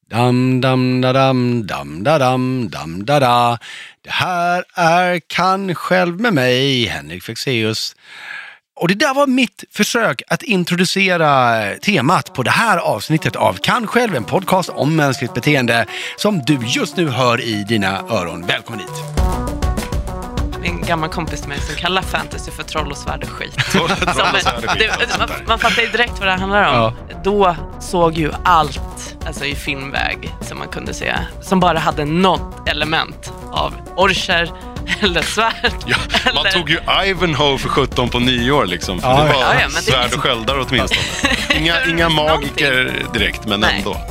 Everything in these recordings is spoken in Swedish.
Dam, dam, da, dam, dam, da, dam, dam, da, da. Det här är Kan själv med mig, Henrik Fexeus. Och det där var mitt försök att introducera temat på det här avsnittet av Kan själv, en podcast om mänskligt beteende som du just nu hör i dina öron. Välkommen hit. En gammal kompis till mig som kallar fantasy för troll och svärd och skit. Man fattar ju direkt vad det handlar om. Ja. Då såg ju allt, alltså i filmväg, som man kunde se, som bara hade något element av orcher eller svärd. Ja, eller... Man tog ju Ivanhoe för 17 på 9 år liksom. För det var svärd och sköldar åtminstone. Inga magiker direkt, men nej. Ändå.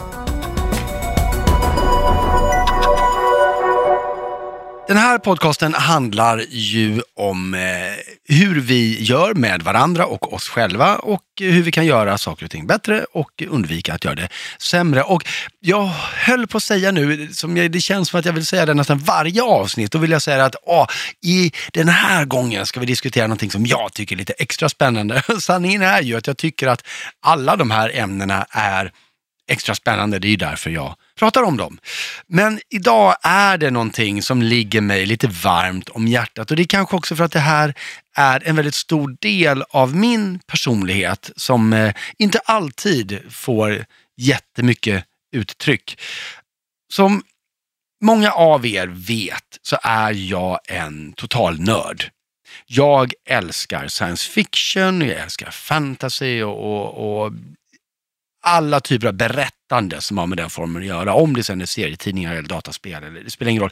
Den här podcasten handlar ju om hur vi gör med varandra och oss själva och hur vi kan göra saker och ting bättre och undvika att göra det sämre. Och jag höll på att säga nu, det känns som att jag vill säga det nästan varje avsnitt, då vill jag säga att i den här gången ska vi diskutera någonting som jag tycker är lite extra spännande. Sanningen är ju att jag tycker att alla de här ämnena är extra spännande, det är ju därför jag pratar om dem. Men idag är det någonting som ligger mig lite varmt om hjärtat, och det är kanske också för att det här är en väldigt stor del av min personlighet som inte alltid får jättemycket uttryck. Som många av er vet så är jag en total nörd. Jag älskar science fiction, jag älskar fantasy och alla typer av berättande som har med den formen att göra. Om det sen är serietidningar eller dataspel, eller det spelar ingen roll.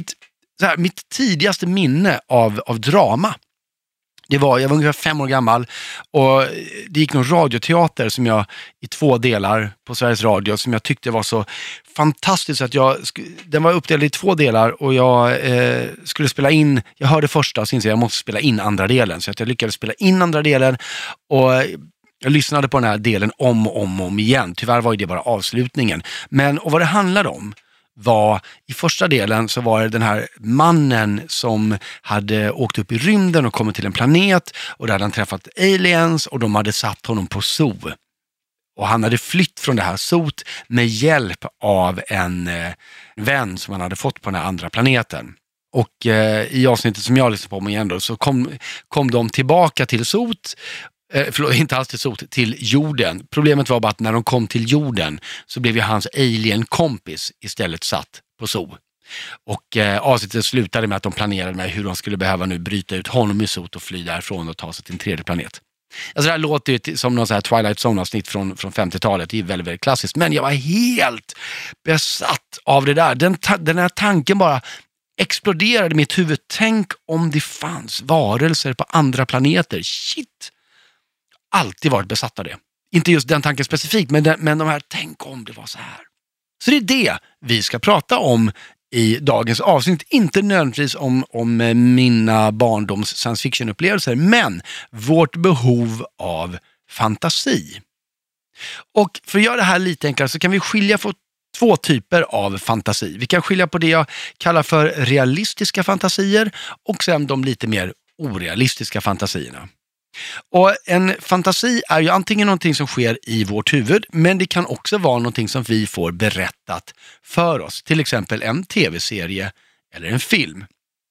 Mitt tidigaste minne av drama, jag var ungefär 5 år gammal, och det gick någon radioteater som jag i 2 delar på Sveriges Radio som jag tyckte var så fantastiskt att den var uppdelad i 2 delar, och jag skulle spela in, jag hörde första och så insåg jag måste spela in andra delen, så att jag lyckades spela in andra delen, och jag lyssnade på den här delen om igen. Tyvärr var det bara avslutningen. Och vad det handlade om var, i första delen så var det den här mannen som hade åkt upp i rymden och kommit till en planet, och där hade han träffat aliens och de hade satt honom på zoo. Och han hade flytt från det här zoot med hjälp av en vän som han hade fått på den här andra planeten. Och i avsnittet som jag lyssnade på igen då, så kom de tillbaka till zoot. Inte alls till jorden. Problemet var bara att när de kom till jorden så blev ju hans alien-kompis istället satt på zoo. Och avsnittet slutade med att de planerade med hur de skulle behöva nu bryta ut honom i zoo och fly därifrån och ta sig till en 3:e planet. Alltså det här låter ju som någon så här Twilight Zone-avsnitt från 50-talet. Det är väldigt, väldigt klassiskt. Men jag var helt besatt av det där. Den här tanken bara exploderade i mitt huvud. Tänk om det fanns varelser på andra planeter. Shit! Alltid varit besatt av det. Inte just den tanken specifikt, men de här, tänk om det var så här. Så det är det vi ska prata om i dagens avsnitt. Inte nödvändigtvis om mina barndoms science fiction-upplevelser, men vårt behov av fantasi. Och för att göra det här lite enklare så kan vi skilja på 2 typer av fantasi. Vi kan skilja på det jag kallar för realistiska fantasier och sen de lite mer orealistiska fantasierna. Och en fantasi är ju antingen någonting som sker i vårt huvud, men det kan också vara någonting som vi får berättat för oss. Till exempel en tv-serie eller en film.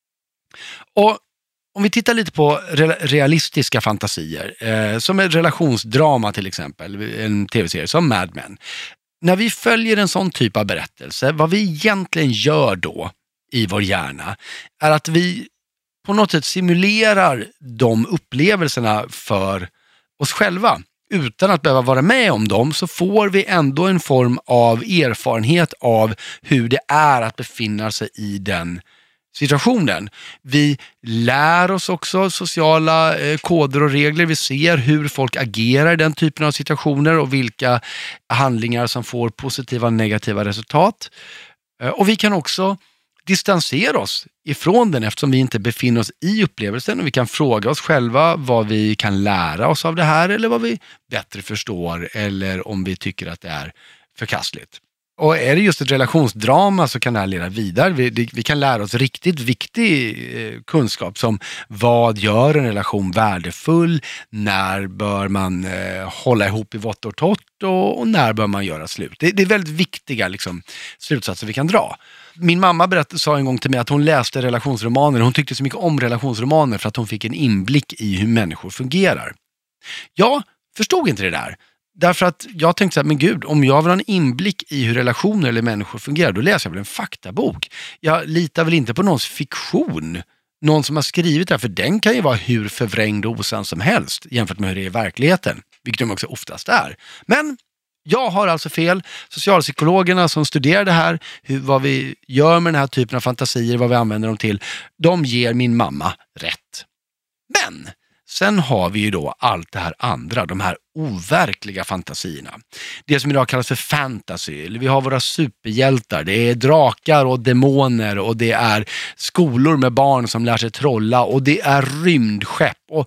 Och om vi tittar lite på realistiska fantasier, som är relationsdrama till exempel, en tv-serie som Mad Men. När vi följer en sån typ av berättelse, vad vi egentligen gör då i vår hjärna är att vi på något sätt simulerar de upplevelserna för oss själva. Utan att behöva vara med om dem så får vi ändå en form av erfarenhet av hur det är att befinna sig i den situationen. Vi lär oss också sociala koder och regler. Vi ser hur folk agerar i den typen av situationer och vilka handlingar som får positiva och negativa resultat. Och vi kan också distansera oss ifrån den eftersom vi inte befinner oss i upplevelsen, och vi kan fråga oss själva vad vi kan lära oss av det här eller vad vi bättre förstår eller om vi tycker att det är förkastligt. Och är det just ett relationsdrama så kan det här leda vidare. Vi kan lära oss riktigt viktig kunskap som vad gör en relation värdefull, när bör man hålla ihop i vått och torrt och när bör man göra slut. Det är väldigt viktiga liksom, slutsatser vi kan dra. Min mamma sa en gång till mig att hon läste relationsromaner. Hon tyckte så mycket om relationsromaner för att hon fick en inblick i hur människor fungerar. Jag förstod inte det där. Därför att jag tänkte så här, men gud, om jag vill ha en inblick i hur relationer eller människor fungerar, då läser jag väl en faktabok. Jag litar väl inte på någons fiktion. Någon som har skrivit det här, för den kan ju vara hur förvrängd och osann som helst jämfört med hur det är i verkligheten. Vilket de också oftast är. Men jag har alltså fel. Socialpsykologerna som studerar det här, vad vi gör med den här typen av fantasier, vad vi använder dem till, de ger min mamma rätt. Men sen har vi ju då allt det här andra, de här overkliga fantasierna. Det som idag kallas för fantasy. Vi har våra superhjältar, det är drakar och demoner och det är skolor med barn som lär sig trolla och det är rymdskepp och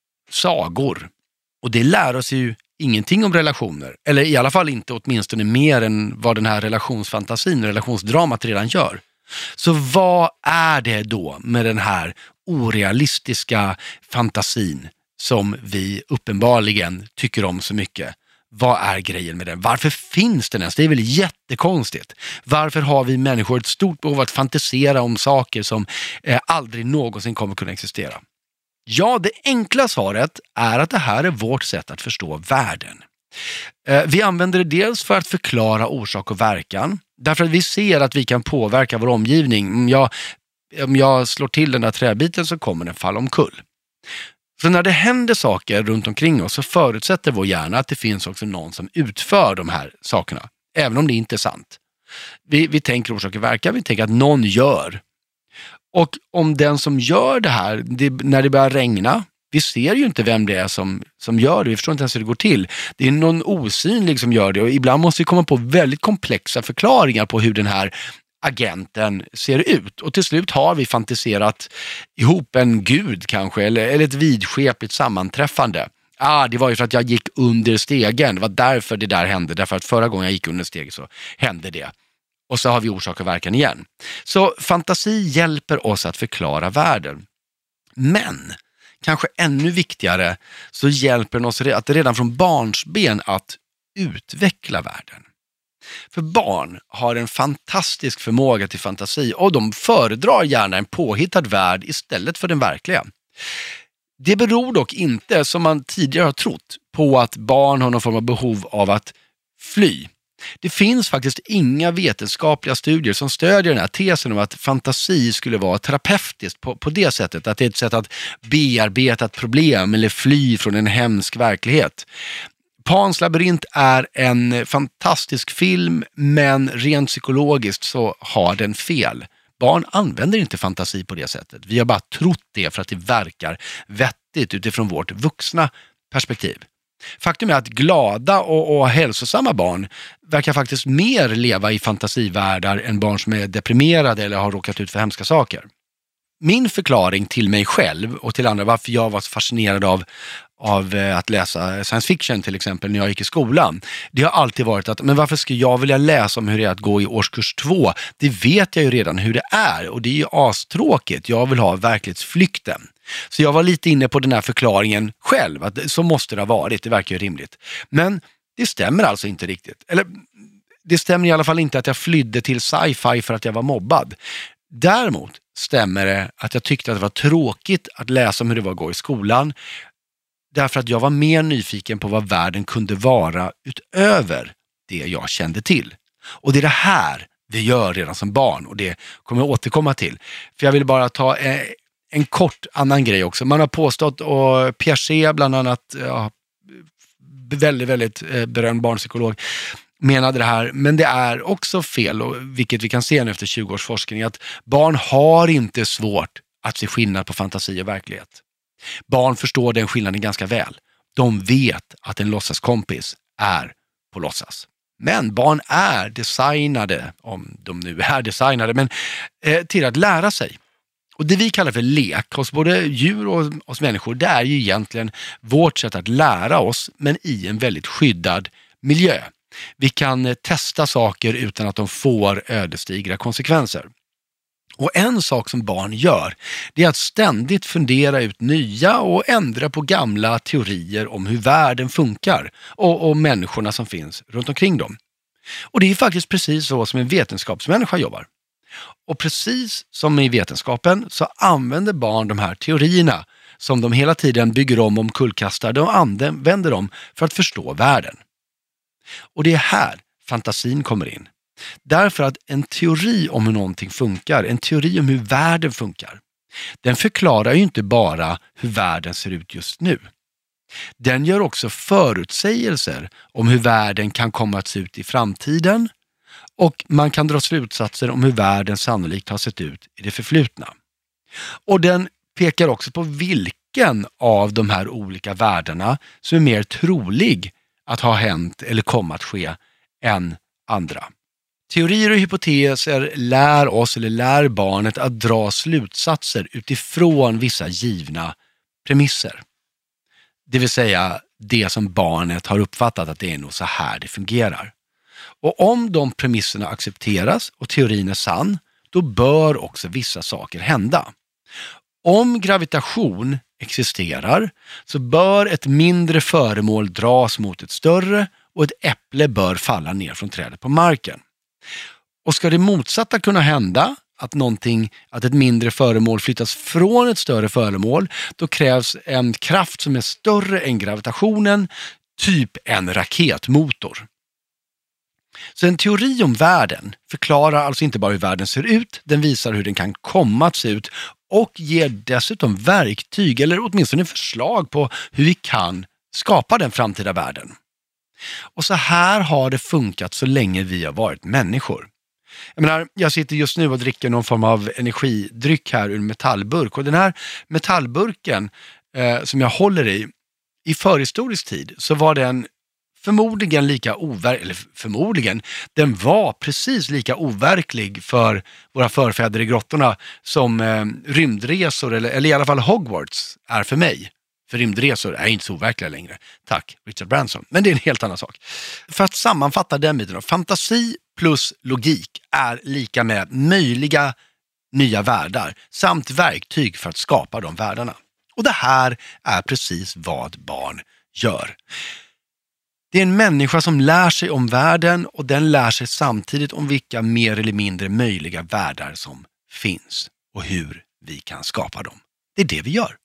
sagor. Och det lär oss ju ingenting om relationer. Eller i alla fall inte åtminstone mer än vad den här relationsfantasin, relationsdramat redan gör. Så vad är det då med den här orealistiska fantasin som vi uppenbarligen tycker om så mycket? Vad är grejen med den? Varför finns den ens? Det är väl jättekonstigt. Varför har vi människor ett stort behov av att fantisera om saker som aldrig någonsin kommer kunna existera? Ja, det enkla svaret är att det här är vårt sätt att förstå världen. Vi använder det dels för att förklara orsak och verkan. Därför att vi ser att vi kan påverka vår omgivning. Om jag slår till den där träbiten så kommer den falla omkull. Så när det händer saker runt omkring oss så förutsätter vår hjärna att det finns också någon som utför de här sakerna. Även om det inte är sant. Vi tänker orsak och verkan, vi tänker att någon gör. Och om den som gör det här, när det börjar regna, vi ser ju inte vem det är som gör det. Vi förstår inte ens hur det går till. Det är någon osynlig som gör det och ibland måste vi komma på väldigt komplexa förklaringar på hur den här agenten ser ut. Och till slut har vi fantiserat ihop en gud kanske eller ett vidskepligt sammanträffande. Det var ju för att jag gick under stegen. Det var därför det där hände. Därför att förra gången jag gick under stegen så hände det. Och så har vi orsak och verkan igen. Så fantasi hjälper oss att förklara världen. Men kanske ännu viktigare så hjälper den oss att redan från barnsben att utveckla världen. För barn har en fantastisk förmåga till fantasi och de föredrar gärna en påhittad värld istället för den verkliga. Det beror dock inte, som man tidigare har trott, på att barn har någon form av behov av att fly. Det finns faktiskt inga vetenskapliga studier som stödjer den här tesen om att fantasi skulle vara terapeutiskt på det sättet. Att det är ett sätt att bearbeta ett problem eller fly från en hemsk verklighet. Pans labyrint är en fantastisk film, men rent psykologiskt så har den fel. Barn använder inte fantasi på det sättet. Vi har bara trott det för att det verkar vettigt utifrån vårt vuxna perspektiv. Faktum är att glada och hälsosamma barn verkar faktiskt mer leva i fantasivärldar än barn som är deprimerade eller har råkat ut för hemska saker. Min förklaring till mig själv och till andra varför jag var så fascinerad av att läsa science fiction till exempel när jag gick i skolan. Det har alltid varit att, men varför ska jag vilja läsa om hur det är att gå i årskurs 2? Det vet jag ju redan hur det är och det är ju astråkigt. Jag vill ha verklighetsflykten. Så jag var lite inne på den här förklaringen själv, att så måste det ha varit, det verkar ju rimligt. Men det stämmer alltså inte riktigt. Eller det stämmer i alla fall inte att jag flydde till sci-fi för att jag var mobbad. Däremot stämmer det att jag tyckte att det var tråkigt att läsa om hur det var att gå i skolan. Därför att jag var mer nyfiken på vad världen kunde vara utöver det jag kände till. Och det är det här vi gör redan som barn och det kommer jag återkomma till. För jag vill bara ta en kort annan grej också. Man har påstått, och Piaget bland annat, väldigt, väldigt berömd barnpsykolog, menade det här, men det är också fel, vilket vi kan se nu efter 20 års forskning, att barn har inte svårt att se skillnad på fantasi och verklighet. Barn förstår den skillnaden ganska väl. De vet att en låtsaskompis är på låtsas. Men barn är designade, om de nu är designade, men till att lära sig. Och det vi kallar för lek hos både djur och hos människor, det är ju egentligen vårt sätt att lära oss, men i en väldigt skyddad miljö. Vi kan testa saker utan att de får ödesdigra konsekvenser. Och en sak som barn gör, det är att ständigt fundera ut nya och ändra på gamla teorier om hur världen funkar och människorna som finns runt omkring dem. Och det är faktiskt precis så som en vetenskapsmänniska jobbar. Och precis som i vetenskapen så använder barn de här teorierna som de hela tiden bygger om kullkastar och använder dem för att förstå världen. Och det är här fantasin kommer in. Därför att en teori om hur någonting funkar, en teori om hur världen funkar, den förklarar ju inte bara hur världen ser ut just nu. Den gör också förutsägelser om hur världen kan komma att se ut i framtiden och man kan dra slutsatser om hur världen sannolikt har sett ut i det förflutna. Och den pekar också på vilken av de här olika världarna som är mer trolig att ha hänt eller komma att ske än andra. Teorier och hypoteser lär barnet att dra slutsatser utifrån vissa givna premisser. Det vill säga det som barnet har uppfattat att det är nog så här det fungerar. Och om de premisserna accepteras och teorin är sann, då bör också vissa saker hända. Om gravitation existerar så bör ett mindre föremål dras mot ett större och ett äpple bör falla ner från trädet på marken. Och ska det motsatta kunna hända, att ett mindre föremål flyttas från ett större föremål, då krävs en kraft som är större än gravitationen, typ en raketmotor. Så en teori om världen förklarar alltså inte bara hur världen ser ut, den visar hur den kan komma att se ut och ger dessutom verktyg eller åtminstone förslag på hur vi kan skapa den framtida världen. Och så här har det funkat så länge vi har varit människor. Jag sitter just nu och dricker någon form av energidryck här ur en metallburk. Och den här metallburken som jag håller i förhistorisk tid så var den förmodligen den var precis lika overklig för våra förfäder i grottorna som rymdresor eller i alla fall Hogwarts är för mig. För rymdresor är inte så overkliga längre. Tack, Richard Branson. Men det är en helt annan sak. För att sammanfatta den biten, fantasi plus logik är lika med möjliga nya världar samt verktyg för att skapa de världarna. Och det här är precis vad barn gör. Det är en människa som lär sig om världen och den lär sig samtidigt om vilka mer eller mindre möjliga världar som finns och hur vi kan skapa dem. Det är det vi gör.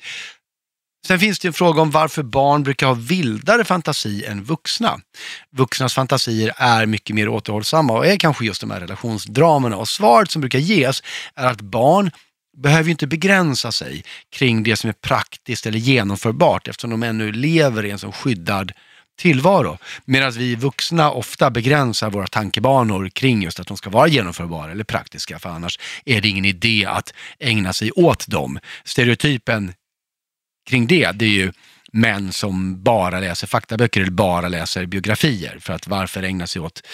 Sen finns det en fråga om varför barn brukar ha vildare fantasi än vuxna. Vuxnas fantasier är mycket mer återhållsamma och är kanske just de här relationsdramerna. Och svaret som brukar ges är att barn behöver inte begränsa sig kring det som är praktiskt eller genomförbart eftersom de ännu lever i en sån skyddad tillvaro. Medan vi vuxna ofta begränsar våra tankebanor kring just att de ska vara genomförbara eller praktiska, för annars är det ingen idé att ägna sig åt dem. Stereotypen kring det är ju män som bara läser faktaböcker eller bara läser biografier. För att varför ägna sig åt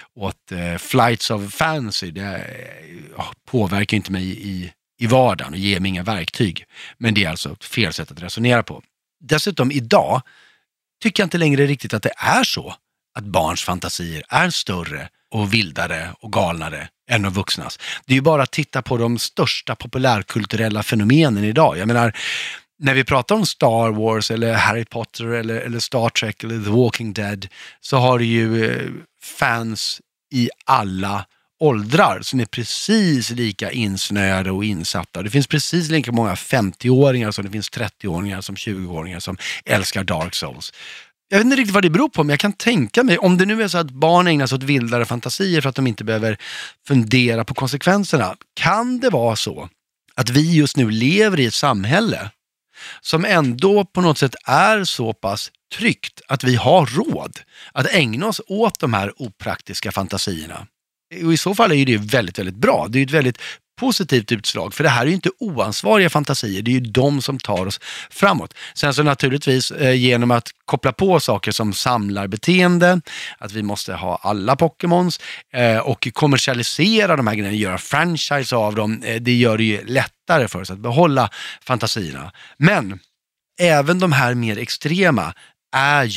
flights of fancy, det påverkar inte mig i vardagen och ger mig inga verktyg. Men det är alltså ett fel sätt att resonera på. Dessutom idag tycker jag inte längre riktigt att det är så att barns fantasier är större och vildare och galnare än de vuxnas. Det är ju bara att titta på de största populärkulturella fenomenen idag. Jag menar, när vi pratar om Star Wars eller Harry Potter eller Star Trek eller The Walking Dead så har det ju fans i alla åldrar som är precis lika insnöade och insatta. Det finns precis lika många 50-åringar som det finns 30-åringar som 20-åringar som älskar Dark Souls. Jag vet inte riktigt vad det beror på, men jag kan tänka mig, om det nu är så att barn ägnar sig åt vildare fantasier för att de inte behöver fundera på konsekvenserna, kan det vara så att vi just nu lever i ett samhälle som ändå på något sätt är så pass tryggt att vi har råd att ägna oss åt de här opraktiska fantasierna. Och i så fall är ju det väldigt, väldigt bra. Det är ju ett väldigt positivt utslag, för det här är ju inte oansvariga fantasier, det är ju de som tar oss framåt. Sen så naturligtvis genom att koppla på saker som samlarbeteende, att vi måste ha alla Pokémons och kommersialisera de här grejerna, göra franchise av dem, det gör det ju lättare för oss att behålla fantasierna. Men även de här mer extrema är ju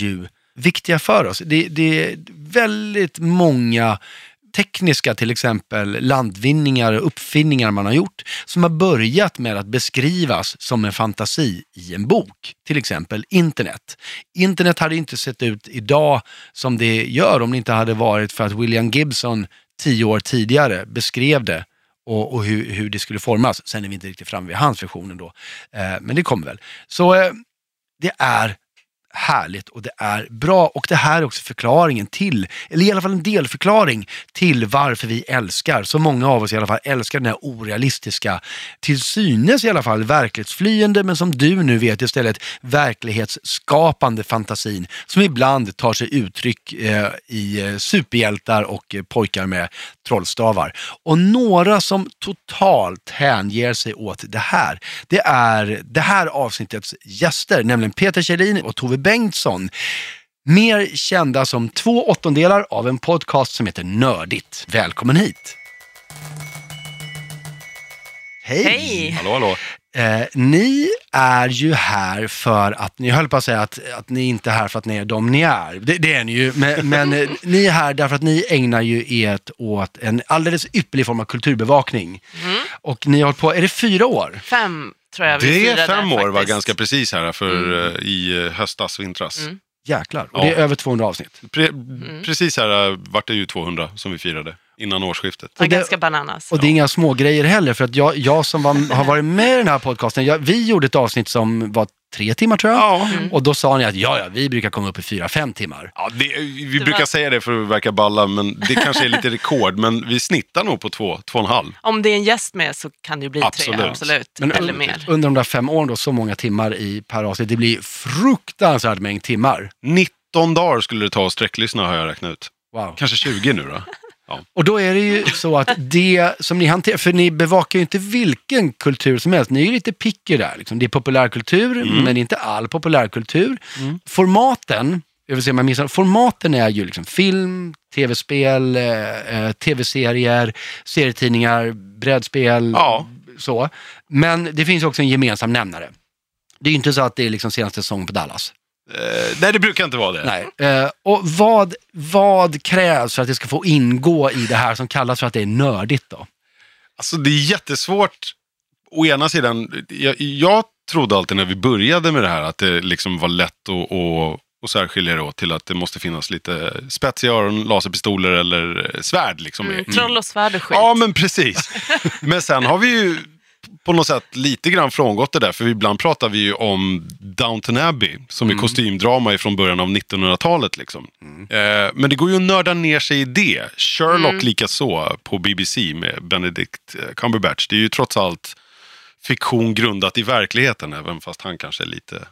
viktiga för oss. Det är väldigt många tekniska, till exempel landvinningar och uppfinningar man har gjort som har börjat med att beskrivas som en fantasi i en bok. Till exempel internet. Internet hade inte sett ut idag som det gör om det inte hade varit för att William Gibson 10 år tidigare beskrev det och hur det skulle formas. Sen är vi inte riktigt framme vid hans versionen då. Men det kommer väl. Så det är härligt och det är bra, och det här är också förklaringen till, eller i alla fall en delförklaring till varför vi älskar, så många av oss i alla fall älskar den här orealistiska, till synes i alla fall verklighetsflyende, men som du nu vet istället verklighetsskapande fantasin som ibland tar sig uttryck i superhjältar och pojkar med trollstavar. Och några som totalt hänger sig åt det är det här avsnittets gäster, nämligen Peter Kjellin och Tove Bengtsson, mer kända som 2/8 av en podcast som heter Nördigt. Välkommen hit! Hej! Hej! Hallå. Ni är ju här för att, ni höll på att säga att ni inte är här för att ni är de ni är. Det är ni ju, men ni är här därför att ni ägnar ju ert åt en alldeles ypperlig form av kulturbevakning. Och ni har hållit på, är det 4 år? 5 tror jag vi Det är firade 5 år faktiskt. var ganska precis här för i höstas, vintras. Jäklar, och det är över 200 avsnitt. Precis här vart det ju 200 som vi firade innan årsskiftet. Och ganska bananas. Och det är inga små grejer heller, för att jag som har varit med i den här podcasten, vi gjorde ett avsnitt som var 3 timmar tror jag. Ja. Och då sa ni att vi brukar komma upp i 4-5 timmar. Ja, vi brukar säga det för att verka balla, men det kanske är lite rekord. Men vi snittar nog på 2,5. Om det är en gäst med så kan det ju bli 3, absolut. Men eller mer. Under de där 5 åren då, så många timmar per avsnitt, det blir fruktansvärt mängd timmar. 19 dagar skulle det ta att sträcklyssna, har jag räknat ut. Wow. Kanske 20 nu då. Ja. Och då är det ju så att det som ni hanterar, för ni bevakar ju inte vilken kultur som helst, ni är ju lite picky där. Liksom. Det är populärkultur, men det är inte all populärkultur. Formaten, jag vill säga man missar, formaten är ju liksom film, tv-spel, tv-serier, serietidningar, brädspel, så. Men det finns också en gemensam nämnare. Det är ju inte så att det är liksom senaste säsongen på Dallas. Nej, det brukar inte vara det. Nej. Och vad krävs för att det ska få ingå i det här som kallas för att det är nördigt då? Alltså det är jättesvårt. Å ena sidan, jag trodde alltid när vi började med det här att det liksom var lätt att särskilja det åt till att det måste finnas lite spetsiga öron, laserpistoler eller svärd liksom. Troll och svärd och skit. Ja, men precis. Men sen har vi ju på något sätt lite grann frångått det där, för ibland pratar vi ju om Downton Abbey som är kostymdrama från början av 1900-talet liksom. Men det går ju att nörda ner sig i det. Sherlock lika så på BBC med Benedict Cumberbatch. Det är ju trots allt fiktion grundat i verkligheten, även fast han kanske är lite...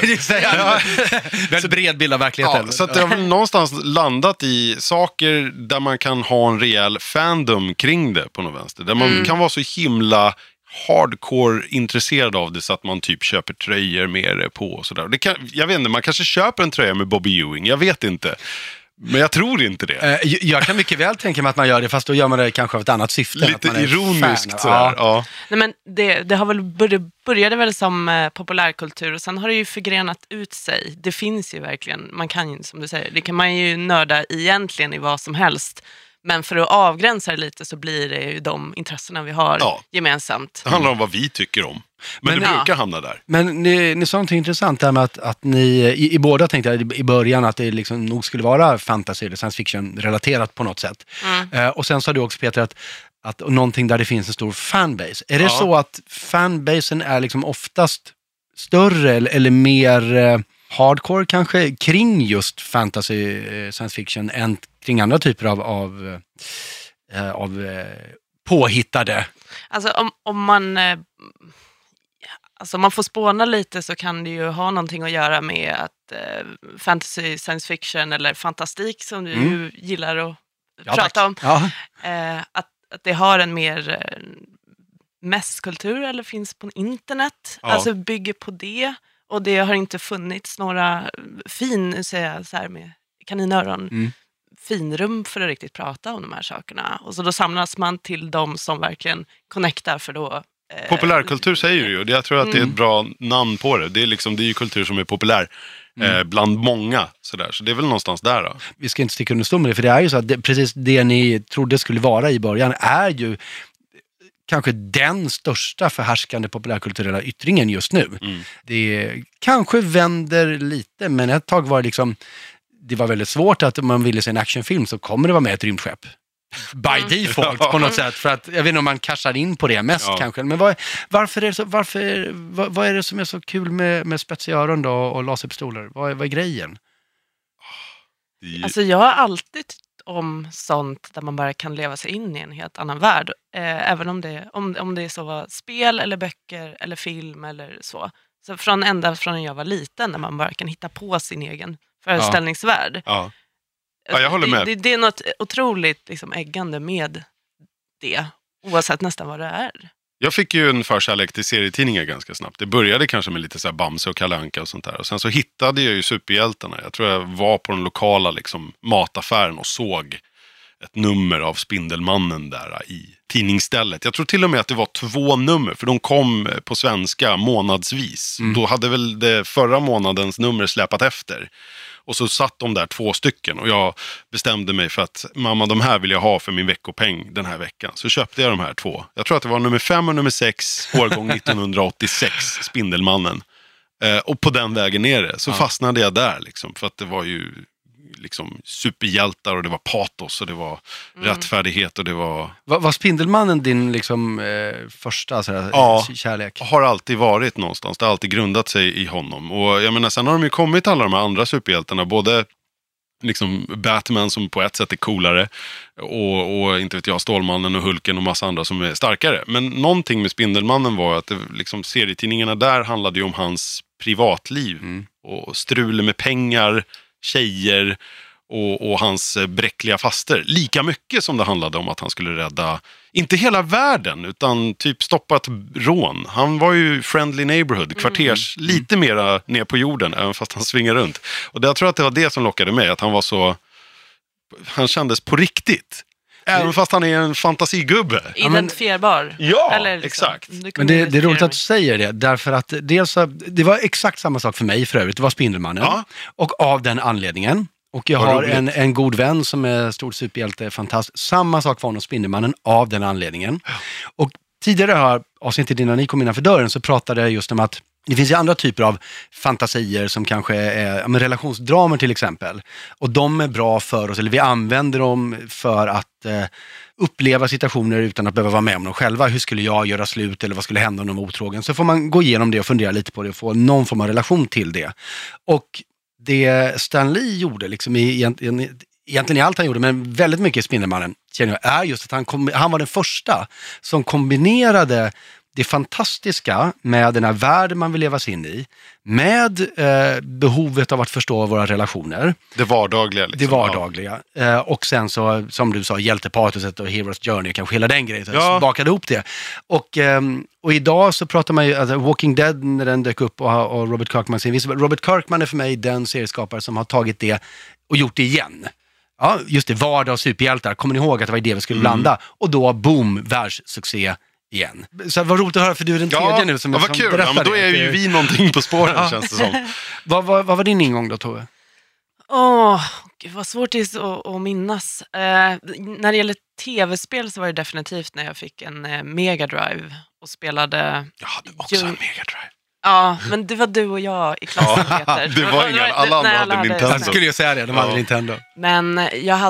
Väldigt bred bild av verkligheten. Ja, så att det har väl någonstans landat i saker där man kan ha en rejäl fandom kring det på något vänster. Där man kan vara så himla hardcore intresserad av det så att man typ köper tröjor med det på och sådär. Jag vet inte, man kanske köper en tröja med Bobby Ewing, jag vet inte. Men jag tror inte det. Jag kan mycket väl tänka mig att man gör det, fast då gör man det kanske av ett annat syfte. Lite att man är ironiskt fan. sådär. Nej, men det har väl började väl som populärkultur och sen har det ju förgrenat ut sig. Det finns ju verkligen, man kan ju, som du säger, det kan man ju nörda egentligen i vad som helst. Men för att avgränsa det lite så blir det ju de intressena vi har gemensamt. Det handlar om vad vi tycker om. Men det brukar hamna där. Men ni sa någonting intressant där med att ni i båda tänkte i början att det liksom nog skulle vara fantasy eller science fiction relaterat på något sätt. Och sen sa du också, Peter, att någonting där det finns en stor fanbase. Är det så att fanbasen är liksom oftast större eller mer hardcore kanske kring just fantasy, science fiction än kring andra typer av påhittade? Alltså om man får spåna lite så kan det ju ha någonting att göra med att fantasy, science fiction eller fantastik som du gillar att prata om. Ja. Att det har en mer mässkultur eller finns på internet. Ja. Alltså bygger på det. Och det har inte funnits några med kaninöron finrum för att riktigt prata om de här sakerna. Och så då samlas man till de som verkligen connectar för då... Populärkultur säger du ju. Jag tror att det är ett bra namn på det. Det är ju kultur som är populär. bland många. Sådär. Så det är väl någonstans där då. Vi ska inte sticka under stol med det, för det är ju så att precis det ni trodde skulle vara i början är ju kanske den största förhärskande populärkulturella yttringen just nu. Det kanske vänder lite, men ett tag var det liksom, det var väldigt svårt att om man ville se en actionfilm så kommer det vara med ett rymdskepp. By default på något sätt, för att jag vet inte om man cashar in på det mest kanske, men varför är det så, vad är det som är så kul med spetsiga öron då och laserpistoler? Vad är grejen? Alltså jag har alltid tyckt om sånt där man bara kan leva sig in i en helt annan värld, även om det är så spel eller böcker eller film eller så ända från när jag var liten, när man bara kan hitta på sin egen föreställningsvärld. Ja, jag håller med. Det är något otroligt liksom äggande med det, oavsett nästan vad det är. Jag fick ju en förkärlek till serietidningar ganska snabbt. Det började kanske med lite så här Bamse och Kalle Anka och sånt där. Och sen så hittade jag ju superhjältarna. Jag tror jag var på den lokala liksom, mataffären och såg ett nummer av Spindelmannen där i tidningsstället. Jag tror till och med att det var 2 nummer, för de kom på svenska månadsvis. Då hade väl det förra månadens nummer släpat efter. Och så satt de där 2 stycken och jag bestämde mig för att mamma, de här vill jag ha för min veckopeng den här veckan. Så köpte jag de här 2. Jag tror att det var nummer 5 och nummer 6, årgång 1986, Spindelmannen. Och på den vägen ner det så fastnade jag där liksom, för att det var ju liksom superhjältar och det var patos och det var rättfärdighet och det var... Var Spindelmannen din liksom första kärlek? Har alltid varit någonstans. Det har alltid grundat sig i honom. Och jag menar, sen har de ju kommit alla de här andra superhjältarna, både liksom Batman som på ett sätt är coolare och inte vet jag, Stålmannen och Hulken och massa andra som är starkare. Men någonting med Spindelmannen var att det, liksom, serietidningarna där handlade ju om hans privatliv och strul med pengar, tjejer och hans bräckliga faster. Lika mycket som det handlade om att han skulle rädda, inte hela världen, utan typ stoppa ett rån. Han var ju friendly neighborhood, kvarters, lite mera ner på jorden, även fast han svingar runt. Och jag tror att det var det som lockade mig, att han var så, han kändes på riktigt. Även fast han är en fantasigubbe. Identifierbar. Ja, eller liksom, exakt. Men det är roligt att du säger det, därför att det var exakt samma sak för mig för övrigt. Det var Spindelmannen. Ja. Och av den anledningen. Och jag har en god vän som är stor superhjälte, fantast. Samma sak var honom, Spindelmannen, av den anledningen. Ja. Och tidigare här, avsnittet innan ni kom innanför dörren, så pratade jag just om att det finns ju andra typer av fantasier som kanske är relationsdramer till exempel. Och de är bra för oss, eller vi använder dem för att uppleva situationer utan att behöva vara med om dem själva. Hur skulle jag göra slut, eller vad skulle hända om de var otrogen? Så får man gå igenom det och fundera lite på det och få någon form av relation till det. Och det Stan Lee gjorde, liksom egentligen i allt han gjorde, men väldigt mycket i Spindelmannen, känner jag, är just att han var den första som kombinerade det fantastiska med den här världen man vill leva sig in i, med behovet av att förstå våra relationer. Det vardagliga. Liksom. Det vardagliga. Och sen så, som du sa, hjältepatoset och Hero's Journey, kanske hela den grejen, så bakade ihop det. Och idag så pratar man ju, alltså Walking Dead, när den dök upp och Robert Kirkman, Robert Kirkman är för mig den serieskapare som har tagit det och gjort det igen. Ja, just det, vardag och superhjältar. Kommer ni ihåg att det var det vi skulle blanda? Och då, boom, världssuccé igen. Så vad roligt att höra, för du är den tredje nu som vad kul. Ja, men då är ju vi någonting på spåren, känns det som. Vad var din ingång då, Tove? Gud, vad svårt det är att minnas. När det gäller tv-spel så var det definitivt när jag fick en Mega Drive och spelade... Jag hade också en Mega Drive. Ja, men det var du och jag i klassen, Peter. Det var inga, alla andra hade Nintendo. Jag skulle ju säga det, de hade Nintendo. Men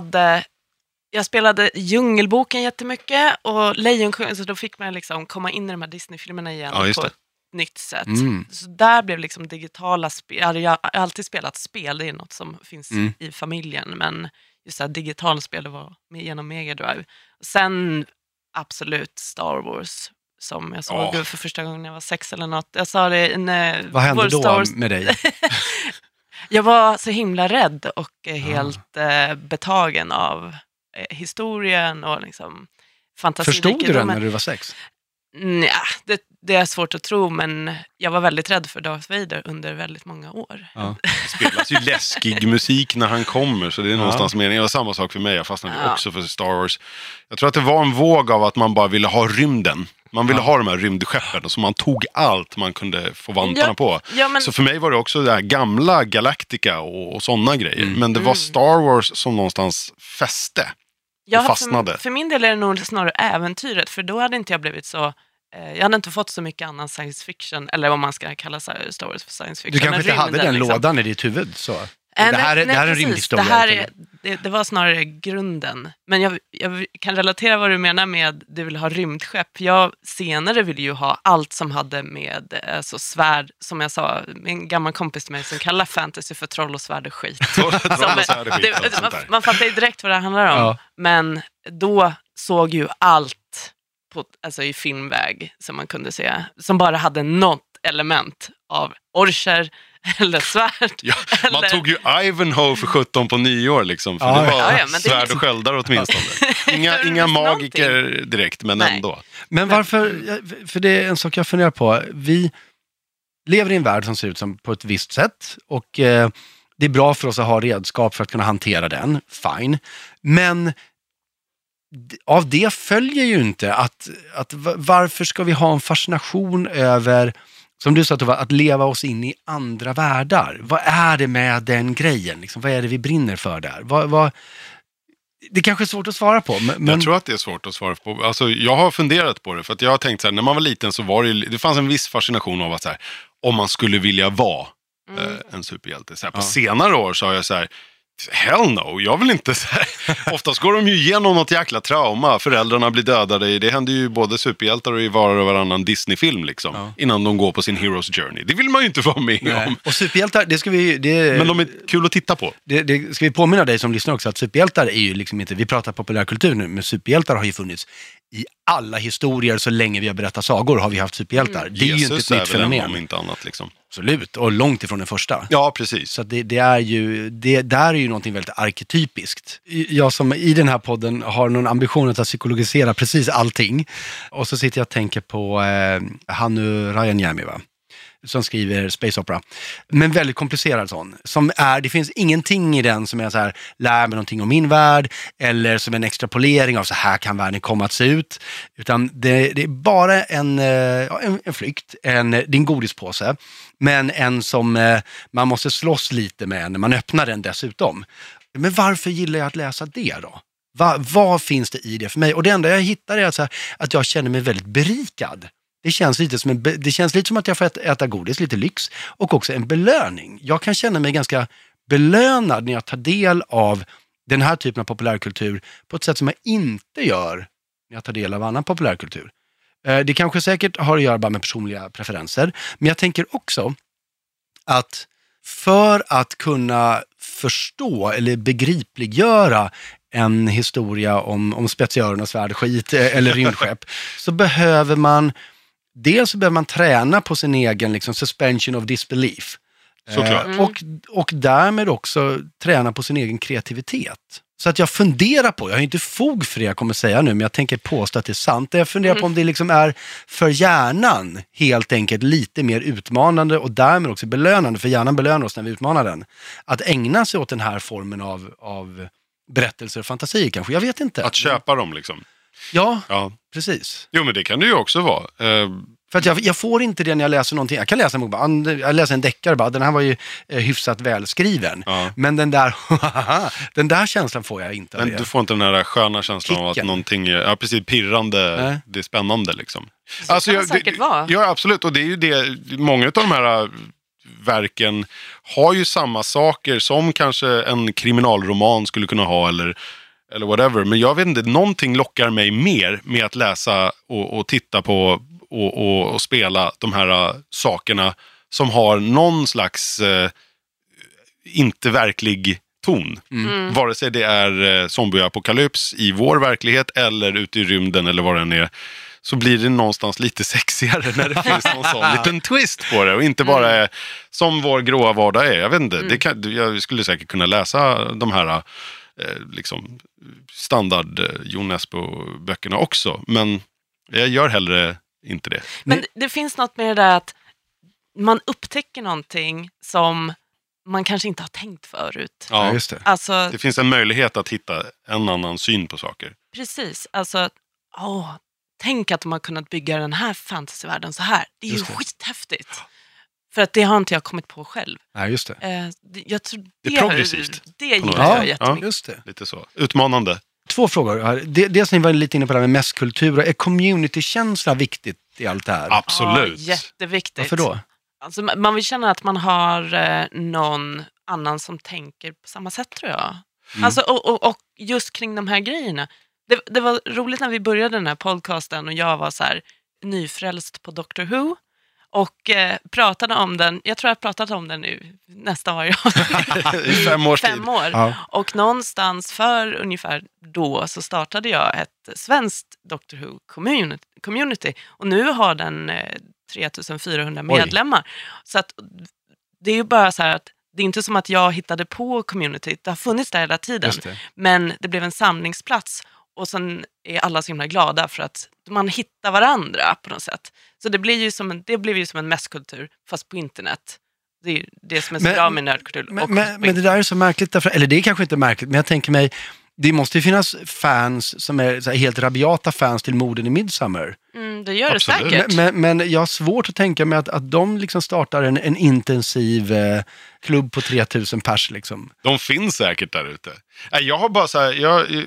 jag spelade Djungelboken jättemycket och Lejonkungen, så då fick man liksom komma in i de här Disney-filmerna igen på ett nytt sätt. Så där blev liksom digitala spel. Jag har alltid spelat spel, det är något som finns i familjen, men just det här digitala spel, det var genom Mega Drive. Sen absolut Star Wars, som jag såg för första gången när jag var 6 eller något. Jag sa det vad hände då med dig? Jag var så himla rädd och helt betagen av historien och liksom fantasi. Förstod du den när du var 6? Ja, det är svårt att tro, men jag var väldigt rädd för Darth Vader under väldigt många år. Ja. Det spelas ju läskig musik när han kommer, så det är någonstans meningen. Det var samma sak för mig, jag fastnade också för Star Wars. Jag tror att det var en våg av att man bara ville ha rymden. Man ville ha de här rymdskeppen, så man tog allt man kunde få vantarna på. Ja, men... Så för mig var det också det här gamla Galactica och sådana grejer. Men det var Star Wars som någonstans fäste och fastnade. För min del är det nog snarare äventyret, för då hade inte jag blivit så... Jag hade inte fått så mycket annan science fiction, eller vad man ska kalla Star Wars för science fiction. Du kanske inte hade den lådan i ditt huvud så? Det här är en rimlig historia. Det var snarare grunden. Men jag kan relatera vad du menar med du vill ha rymdskepp. Jag senare ville ju ha allt som hade med svärd, som jag sa, en gammal kompis till mig som kallar fantasy för troll och svärd och skit. Man fattar ju direkt vad det handlar om. Ja. Men då såg ju allt i filmväg som man kunde se, som bara hade något element av orcher eller svärd. Ja, man tog ju Ivanhoe för 17 på nyår liksom, för det var svärd och sköldar åtminstone. Inga magiker direkt, men ändå. Men varför, för det är en sak jag funderar på, vi lever i en värld som ser ut som på ett visst sätt, och det är bra för oss att ha redskap för att kunna hantera den, fine. Men av det följer ju inte att varför ska vi ha en fascination över, som du sa, att leva oss in i andra världar. Vad är det med den grejen? Liksom, vad är det vi brinner för där? Det är kanske svårt att svara på. Men... Jag tror att det är svårt att svara på. Alltså, jag har funderat på det, för att jag har tänkt så här, när man var liten så var det fanns en viss fascination av att så här, om man skulle vilja vara en superhjälte. Så här, på senare år så har jag så här, hell no, jag vill inte så här. Oftast går de ju igenom något jäkla trauma. Föräldrarna blir dödade. Det händer ju både superhjältar och i var och varannan Disney-film liksom. Innan de går på sin Hero's Journey. Det vill man ju inte vara med om. Och superhjältar, det ska vi... Men de är kul att titta på. Det ska vi påminna dig som lyssnar också, att superhjältar är ju liksom inte... Vi pratar populärkultur nu, men superhjältar har ju funnits i alla historier. Så länge vi har berättat sagor har vi haft superhjältar. Det är ju inte ett nytt fenomen. Om inte annat liksom. Absolut, och långt ifrån den första. Ja, precis. Så det är ju, där är ju någonting väldigt arketypiskt. Jag som i den här podden har någon ambition att psykologisera precis allting. Och så sitter jag och tänker på Hannu Rajaniemi, va? Som skriver Space Opera. Men väldigt komplicerad sån. Det finns ingenting i den som är så här, lär mig någonting om min värld, eller som en extrapolering av så här kan världen komma att se ut. Utan det är bara en flykt, det är en godispåse, men en som man måste slåss lite med när man öppnar den dessutom. Men varför gillar jag att läsa det då? Vad finns det i det för mig? Och det enda jag hittar är att jag känner mig väldigt berikad. Det känns lite som att jag får äta godis, lite lyx, och också en belöning. Jag kan känna mig ganska belönad när jag tar del av den här typen av populärkultur på ett sätt som jag inte gör när jag tar del av annan populärkultur. Det kanske säkert har att göra bara med personliga preferenser, men jag tänker också att för att kunna förstå eller begripliggöra en historia om spetsgörarnas världskit eller rymdskepp, så behöver man träna på sin egen liksom, suspension of disbelief. Och därmed också träna på sin egen kreativitet. Så att jag funderar på, jag har inte fog för det jag kommer säga nu, men jag tänker påstå att det är sant. Jag funderar på om det liksom är för hjärnan helt enkelt lite mer utmanande och därmed också belönande, för hjärnan belönar oss när vi utmanar den. Att ägna sig åt den här formen av berättelser och fantasier kanske, jag vet inte. Att köpa dem liksom. Ja, precis. Jo, men det kan det ju också vara. För att jag får inte det när jag läser någonting. Jag kan läsa jag läser en deckare bara, den här var ju hyfsat välskriven. Ja. Men den där känslan får jag inte. Men du får inte den här sköna känslan av att någonting är precis pirrande, det är spännande liksom. Så alltså, kan det säkert vara. Ja, absolut. Och det är ju det, många av de här verken har ju samma saker som kanske en kriminalroman skulle kunna ha eller whatever. Men jag vet inte, någonting lockar mig mer med att läsa och titta på och spela de här sakerna som har någon slags inte verklig ton. Vare sig det är zombieapokalyps i vår verklighet eller ute i rymden eller vad den är, så blir det någonstans lite sexigare när det finns någon sån liten twist på det och inte bara är som vår gråa vardag är. Jag vet inte, jag skulle säkert kunna läsa de här liksom standard Jon Nesbø-böckerna också, men jag gör hellre inte det. Men det finns något med det där att man upptäcker någonting som man kanske inte har tänkt förut. Ja, just det. Alltså, det finns en möjlighet att hitta en annan syn på saker. Precis, alltså tänk att de har kunnat bygga den här fantasyvärlden så här. Det är ju skithäftigt. För att det har inte jag kommit på själv. Nej, just det. Jag tror det är progressivt. Det gillar jag jättemycket. Ja, just det. Lite så. Utmanande. 2 frågor. Dels ni var lite inne på det här med mässkultur. Är community-känsla viktigt i allt det här? Absolut. Ja, jätteviktigt. Varför då? Alltså, man vill känna att man har någon annan som tänker på samma sätt, tror jag. Alltså, och just kring de här grejerna. Det var roligt när vi började den här podcasten och jag var så här nyfrälst på Doctor Who. Och pratade om den, jag tror jag har pratat om den nu nästa varje år. I 5 års tid. 5 år. Ja. Och någonstans för ungefär då så startade jag ett svenskt Doctor Who community. Och nu har den 3400 medlemmar. Så att det är ju bara så här att det är inte som att jag hittade på communityt. Det har funnits där hela tiden. Men det blev en samlingsplats. Och sen är alla så himla glada för att man hittar varandra på något sätt. Så det blir ju som en mässkultur, fast på internet. Det är ju det som är så bra med nördkultur. Men det där är så märkligt, därför, eller det är kanske inte märkligt, men jag tänker mig, det måste ju finnas fans som är så här helt rabiata fans till morden i Midsommar. Det gör Absolut. det säkert. Men jag har svårt att tänka mig att de liksom startar en intensiv klubb på 3000 pers liksom. De finns säkert där ute. Jag har bara så här,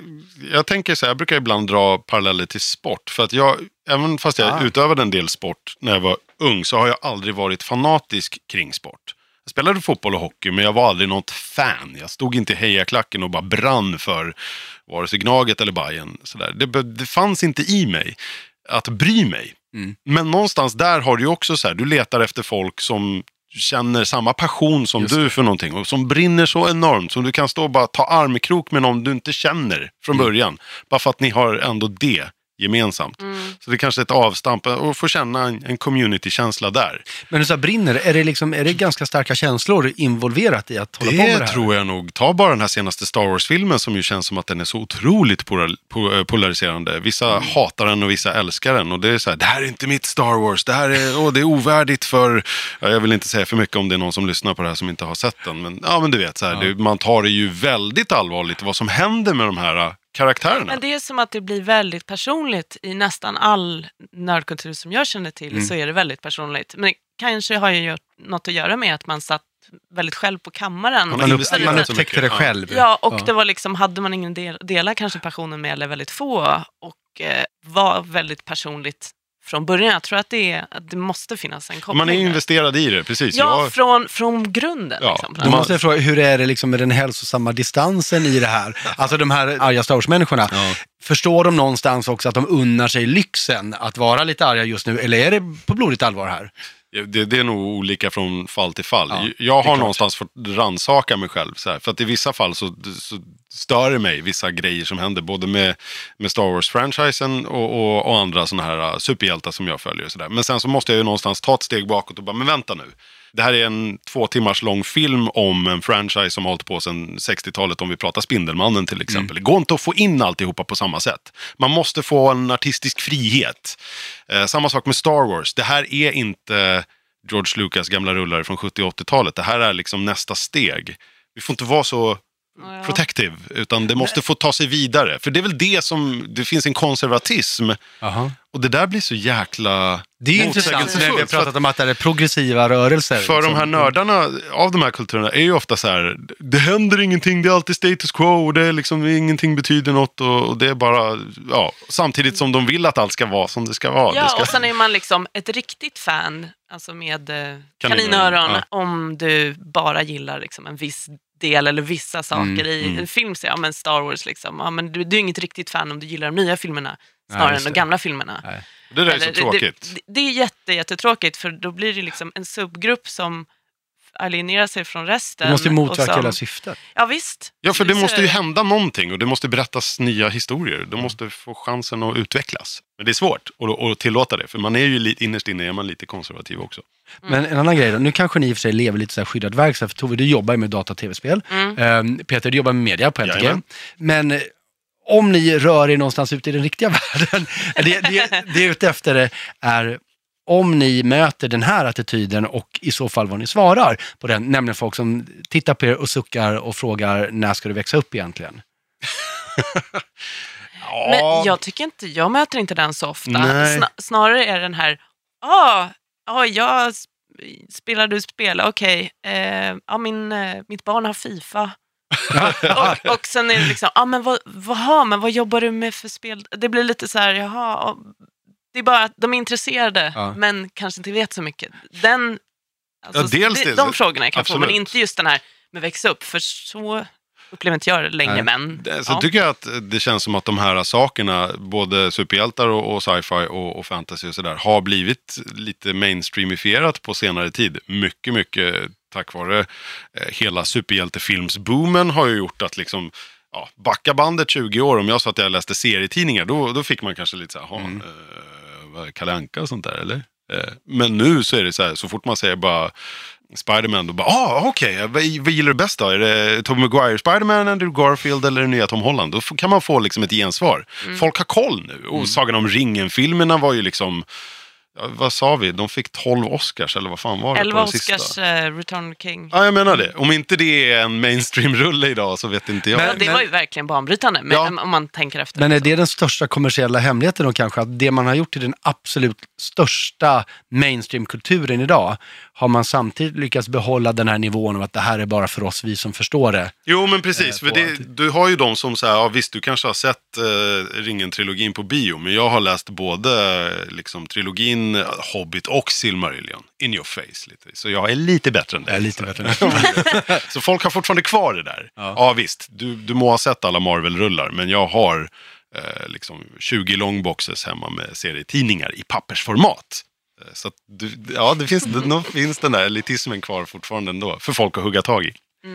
jag tänker så här, jag brukar ibland dra paralleller till sport. För att även fast jag utövade en del sport när jag var ung, så har jag aldrig varit fanatisk kring sport. Jag spelade fotboll och hockey, men jag var aldrig något fan. Jag stod inte i hejaklacken och bara brann för vare sig Gnaget eller Bayern. Det fanns inte i mig att bry mig. Men någonstans där har du också så här, du letar efter folk som känner samma passion som du för någonting och som brinner så enormt, som du kan stå och bara ta armkrok med någon du inte känner från början, bara för att ni har ändå det gemensamt. Så det är kanske ett avstamp och få känna en community-känsla där. Men du sa brinner, är det ganska starka känslor involverat i att hålla på med det här? Det tror jag nog. Ta bara den här senaste Star Wars-filmen som ju känns som att den är så otroligt polariserande. Vissa hatar den och vissa älskar den. Och det är så här, det här är inte mitt Star Wars. Det här är, det är ovärdigt för... Jag vill inte säga för mycket om det är någon som lyssnar på det här som inte har sett den. Men du vet, så här, man tar det ju väldigt allvarligt vad som händer med de här karaktärerna. Men det är som att det blir väldigt personligt i nästan all nördkultur som jag känner till, så är det väldigt personligt. Men kanske har ju något att göra med att man satt väldigt själv på kammaren. Man upptäckte det själv. Ja, och det var liksom, hade man ingen dela kanske passionen med, eller väldigt få, och var väldigt personligt från början. Jag tror att det måste finnas en koppling. Man är investerad i det, precis. Ja, från grunden. Ja. Liksom. Du måste fråga, hur är det liksom med den hälsosamma distansen i det här? Alltså de här arga Star Wars-människorna. Ja. Förstår de någonstans också att de unnar sig lyxen att vara lite arga just nu? Eller är det på blodigt allvar här? Det är nog olika från fall till fall. Ja, jag har någonstans fått rannsaka mig själv. Så här, för att i vissa fall så stör det mig vissa grejer som händer. Både med Star Wars-franchisen och andra såna här superhjältar som jag följer. Och så där. Men sen så måste jag ju någonstans ta ett steg bakåt och bara, men vänta nu. Det här är en 2 timmars lång film om en franchise som har hållit på sedan 60-talet, om vi pratar Spindelmannen till exempel. Det går inte att få in alltihopa på samma sätt. Man måste få en artistisk frihet. Samma sak med Star Wars. Det här är inte George Lucas gamla rullare från 70- och 80-talet. Det här är liksom nästa steg. Vi får inte vara så protective, utan det måste få ta sig vidare. För det är väl det som, det finns en konservatism. Och det där blir så jäkla... Det är intressant när vi har pratat om att det är progressiva rörelser. För liksom. De här nördarna av de här kulturerna är ju ofta så här, det händer ingenting, det är alltid status quo, och det är liksom, ingenting betyder något, och det är bara, samtidigt som de vill att allt ska vara som det ska vara. Ja, och sen är man liksom ett riktigt fan, alltså med kaninöron, om du bara gillar liksom en viss del eller vissa saker i en film, så men Star Wars liksom. Ja, men du är inget riktigt fan om du gillar de nya filmerna snarare än de gamla filmerna. Nej. Det där är så tråkigt. Det är jättetråkigt, för då blir det liksom en subgrupp som alienerar sig från resten. Det måste motverka hela syftet. Ja, visst. Ja, för det måste ju hända någonting, och det måste berättas nya historier. De måste få chansen att utvecklas. Men det är svårt att tillåta det, för man är ju innerst inne är man lite konservativ också. Men en annan grej då, nu kanske ni i och för sig lever lite så här skyddad verkstad, för Tove, du jobbar med data- och tv-spel. Peter, du jobbar med media på NTG. Men om ni rör er någonstans ute i den riktiga världen, det är ute efter är om ni möter den här attityden, och i så fall vad ni svarar på den, nämligen folk som tittar på er och suckar och frågar, när ska du växa upp egentligen? Men jag möter inte den så ofta. Snarare är den här, jag spelar, du spelar, okej. Mitt barn har FIFA. och sen är det liksom, men vad jobbar du med för spel? Det blir lite så här, det är bara att de är intresserade, men kanske inte vet så mycket. De frågorna jag kan få, men inte just den här med växa upp, för så upplever inte jag det längre. Men så tycker jag att det känns som att de här sakerna, både superhjältar och sci-fi och fantasy och sådär, har blivit lite mainstreamifierat på senare tid. Mycket, mycket tack vare hela superhjältefilmsboomen har ju gjort att liksom, backa bandet 20 år, om jag sa att jag läste serietidningar, då fick man kanske lite så här, Kalle Anka och sånt där, eller? Men nu så är det så här, så fort man säger bara Spider-Man, då bara, okej, vad gillar du bäst då? Är det Tobey Maguire Spider-Man, Andrew Garfield eller nya Tom Holland? Då kan man få liksom ett gensvar. Folk har koll nu. Och Sagan om ringen-filmerna var ju liksom, vad sa vi? De fick 12 Oscars, eller vad fan var det? 11 Oscars, Return of the King. Ja, jag menar det. Om inte det är en mainstream-rulle idag så vet inte jag. Men det var ju verkligen banbrytande, om man tänker efter. Men är det den största kommersiella hemligheten då kanske? Att det man har gjort till den absolut största mainstream-kulturen idag, har man samtidigt lyckats behålla den här nivån om att det här är bara för oss, vi som förstår det? Jo, men precis. För du har ju de som säger, visst, du kanske har sett Ringen-trilogin på bio, men jag har läst både liksom trilogin Hobbit och Silmarillion in your face lite. Så jag är lite bättre än det. Jag är lite bättre än det. Så folk har fortfarande kvar det där. Ja, visst. Du må ha sett alla Marvel-rullar, men jag har liksom 20 långboxes hemma med serietidningar i pappersformat. Så att det finns den där elitismen kvar fortfarande ändå, för folk att hugga tag i.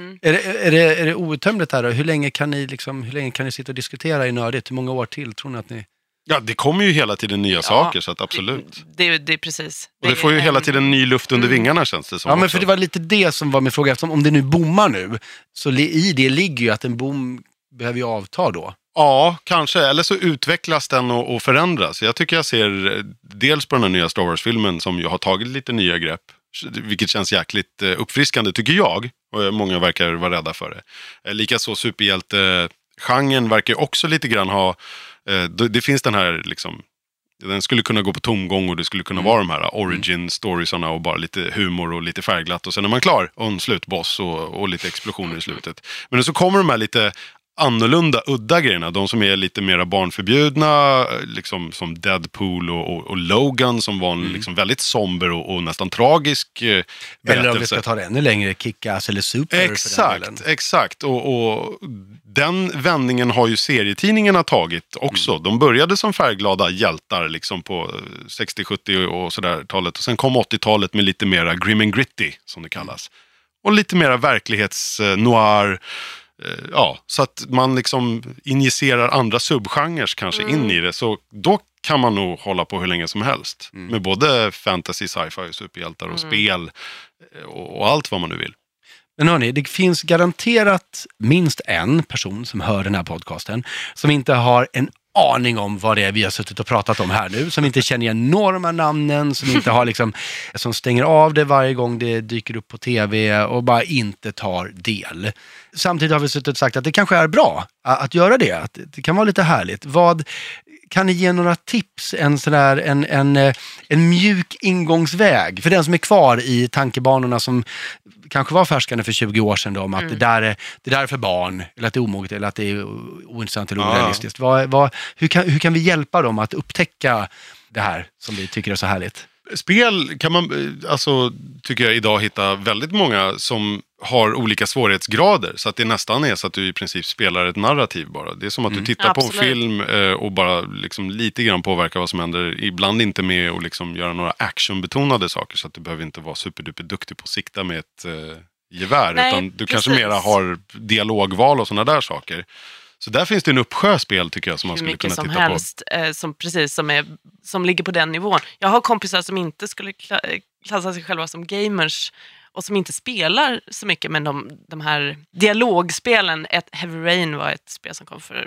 Är det outtömligt här då? Hur länge kan ni sitta och diskutera i nördigt? Hur många år till tror ni att ni... Ja, det kommer ju hela tiden nya saker, så att absolut. Det är precis. Och det får ju hela tiden ny luft under vingarna, känns det som. Ja, men för det var lite det som var min fråga. Eftersom om det nu bommar nu, så i det ligger ju att en boom behöver ju avta då. Ja, kanske. Eller så utvecklas den och förändras. Jag tycker jag ser dels på den här nya Star Wars-filmen som ju har tagit lite nya grepp, vilket känns jäkligt uppfriskande, tycker jag. Och många verkar vara rädda för det. Likaså superhjälte-genren verkar också lite grann ha... Det finns den här liksom, den skulle kunna gå på tomgång och det skulle kunna vara de här origin storiesarna och bara lite humor och lite färgglatt och sen är man klar och en slutboss och lite explosioner i slutet. Men så kommer de här lite annorlunda, udda grejerna, de som är lite mera barnförbjudna, liksom som Deadpool och Logan som var en liksom väldigt somber och nästan tragisk berättelse. Eller om vi ska ta det ännu längre, Kick-Ass eller Super. Exakt. Och den vändningen har ju serietidningarna tagit också. De började som färgglada hjältar liksom på 60, 70 och sådär talet. Och sen kom 80-talet med lite mera grim and gritty, som det kallas. Och lite mera verklighets-noir. Ja, så att man liksom injicerar andra subgenres kanske in i det. Så då kan man nog hålla på hur länge som helst. Med både fantasy, sci-fi, superhjältar och spel och allt vad man nu vill. Men hörni, det finns garanterat minst en person som hör den här podcasten som inte har en aning om vad det är vi har suttit och pratat om här nu, som inte känner igen några namnen, som inte har liksom, som stänger av det varje gång det dyker upp på tv och bara inte tar del. Samtidigt har vi suttit och sagt att det kanske är bra att göra det, att det kan vara lite härligt. Kan ni ge några tips, en mjuk ingångsväg för den som är kvar i tankebanorna som kanske var färskande för 20 år sedan då, om att det där är för barn, eller att det är omoget, eller att det är ointressant eller orealistiskt. Hur kan vi hjälpa dem att upptäcka det här som vi tycker är så härligt? Spel kan man, alltså, tycker jag idag hitta väldigt många som har olika svårighetsgrader. Så att det nästan är så att du i princip spelar ett narrativ bara. Det är som att du tittar på en film och bara liksom lite grann påverkar vad som händer. Ibland inte med att liksom göra några actionbetonade saker. Så att du behöver inte vara superduper duktig på att sikta med ett gevär. Nej, utan du kanske mera har dialogval och sådana där saker. Så där finns det en uppsjö spel, tycker jag, som man skulle kunna titta på. Hur mycket som helst, som ligger på den nivån. Jag har kompisar som inte skulle klassa sig själva som gamers och som inte spelar så mycket, men de här dialogspelen, Heavy Rain var ett spel som kom för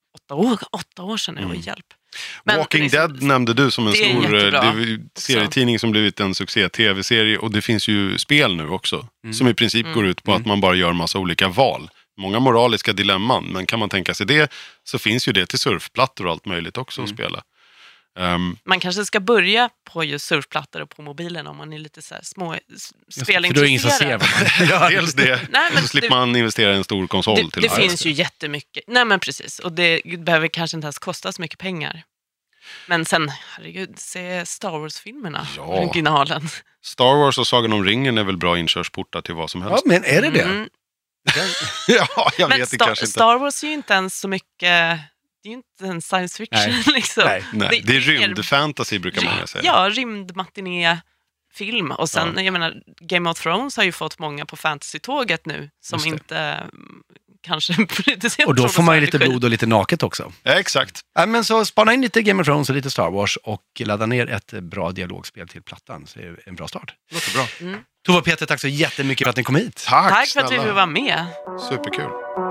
8 år sedan, och hjälp. Men Walking Dead nämnde du som en stor serietidning som blivit en succé, tv-serie, och det finns ju spel nu också som i princip går ut på att man bara gör massa olika val. många moraliska dilemman. Men kan man tänka sig det, så finns ju det till surfplattor och allt möjligt också att spela. Man kanske ska börja på just surfplattor och på mobilen om man är lite så här små spelintresserad. För då är ingen som ser vad man gör. Dels det, så slipper man investera i en stor konsol. Det finns ju jättemycket. Nej men precis, och det behöver kanske inte ens kosta så mycket pengar. Men sen, herregud, se Star Wars-filmerna, originalen. Star Wars och Sagan om ringen är väl bra inkörsportar till vad som helst. Ja, men är det det? Ja, jag men vet det kanske inte. Star Wars är ju inte ens så mycket... Det är ju inte en science fiction liksom. Nej. Det är rymdfantasy brukar många säga. Ja, rymdmatiné-film. Och sen, jag menar, Game of Thrones har ju fått många på fantasy-tåget nu som inte kanske politiserar. Och då får man ju lite blod och lite naket också. Ja, exakt. Men så spana in lite Game of Thrones och lite Star Wars och ladda ner ett bra dialogspel till plattan. Så det är en bra start. Låter bra. Tova och Peter, tack så jättemycket för att ni kom hit. Tack för att du var med. Superkul.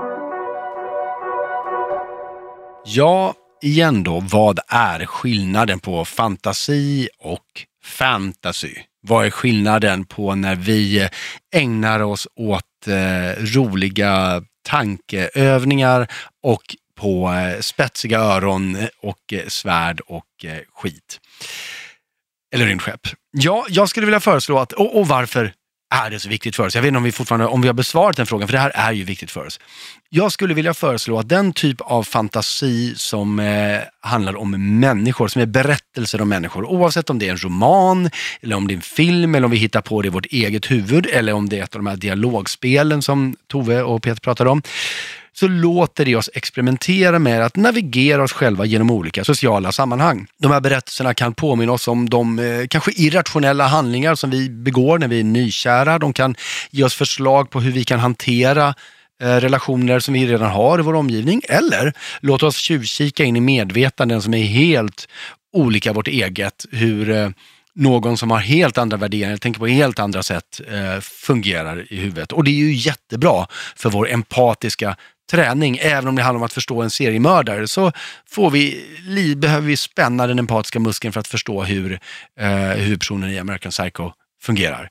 Ja, igen då, vad är skillnaden på fantasi och fantasy? Vad är skillnaden på när vi ägnar oss åt roliga tankeövningar och på spetsiga öron och svärd och skit? Eller rymdskepp. Ja, jag skulle vilja föreslå att, och varför är det så viktigt för oss? Jag vet inte om vi har besvarat den frågan, för det här är ju viktigt för oss. Jag skulle vilja föreslå att den typ av fantasi som handlar om människor, som är berättelser om människor, oavsett om det är en roman, eller om det är en film, eller om vi hittar på det i vårt eget huvud, eller om det är ett av de här dialogspelen som Tove och Peter pratade om, så låter det oss experimentera med att navigera oss själva genom olika sociala sammanhang. De här berättelserna kan påminna oss om de kanske irrationella handlingar som vi begår när vi är nykära. De kan ge oss förslag på hur vi kan hantera relationer som vi redan har i vår omgivning. Eller låta oss tjuvkika in i medvetanden som är helt olika vårt eget. Hur någon som har helt andra värderingar, tänker på helt andra sätt, fungerar i huvudet. Och det är ju jättebra för vår empatiska träning. Även om det handlar om att förstå en seriemördare, så behöver vi spänna den empatiska muskeln för att förstå hur huvudpersonen i American Psycho fungerar.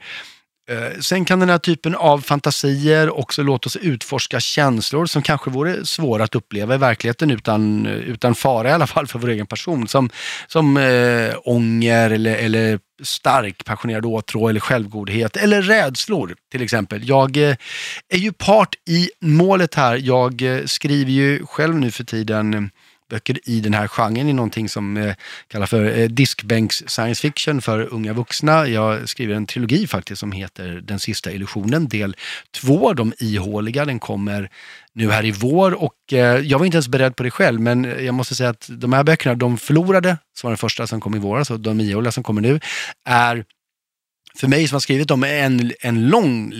Sen kan den här typen av fantasier också låta oss utforska känslor som kanske vore svåra att uppleva i verkligheten utan fara, i alla fall för vår egen person, som ånger eller stark passionerad åtrå eller självgodhet eller rädslor till exempel. Jag är ju part i målet här. Jag skriver ju själv nu för tiden böcker i den här genren, i någonting som kallas för diskbänks science fiction för unga vuxna. Jag skriver en trilogi faktiskt som heter Den sista illusionen, del 2, De ihåliga. Den kommer nu här i vår och jag var inte ens beredd på det själv, men jag måste säga att de här böckerna, De förlorade, som var den första som kom i våras, och De ihåliga som kommer nu, är för mig som har skrivit dem en lång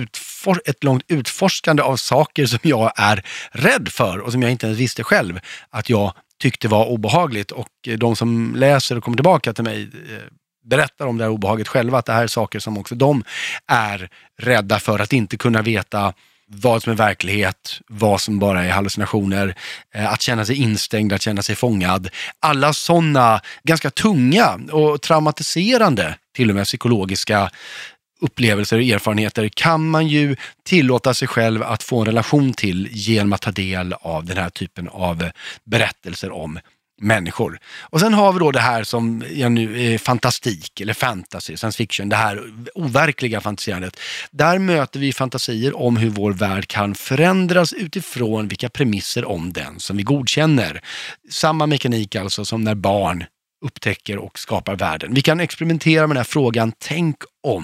ett långt utforskande av saker som jag är rädd för och som jag inte ens visste själv att jag tyckte var obehagligt. Och de som läser och kommer tillbaka till mig berättar om det här obehaget själva, att det här är saker som också de är rädda för, att inte kunna veta vad som är verklighet, vad som bara är hallucinationer, att känna sig instängd, att känna sig fångad. Alla sådana ganska tunga och traumatiserande, till och med psykologiska upplevelser och erfarenheter kan man ju tillåta sig själv att få en relation till genom att ta del av den här typen av berättelser om människor. Och sen har vi då det här som nu är fantastik eller fantasy, science fiction, det här overkliga fantiserandet. Där möter vi fantasier om hur vår värld kan förändras utifrån vilka premisser om den som vi godkänner. Samma mekanik alltså som när barn upptäcker och skapar världen. Vi kan experimentera med den här frågan, tänk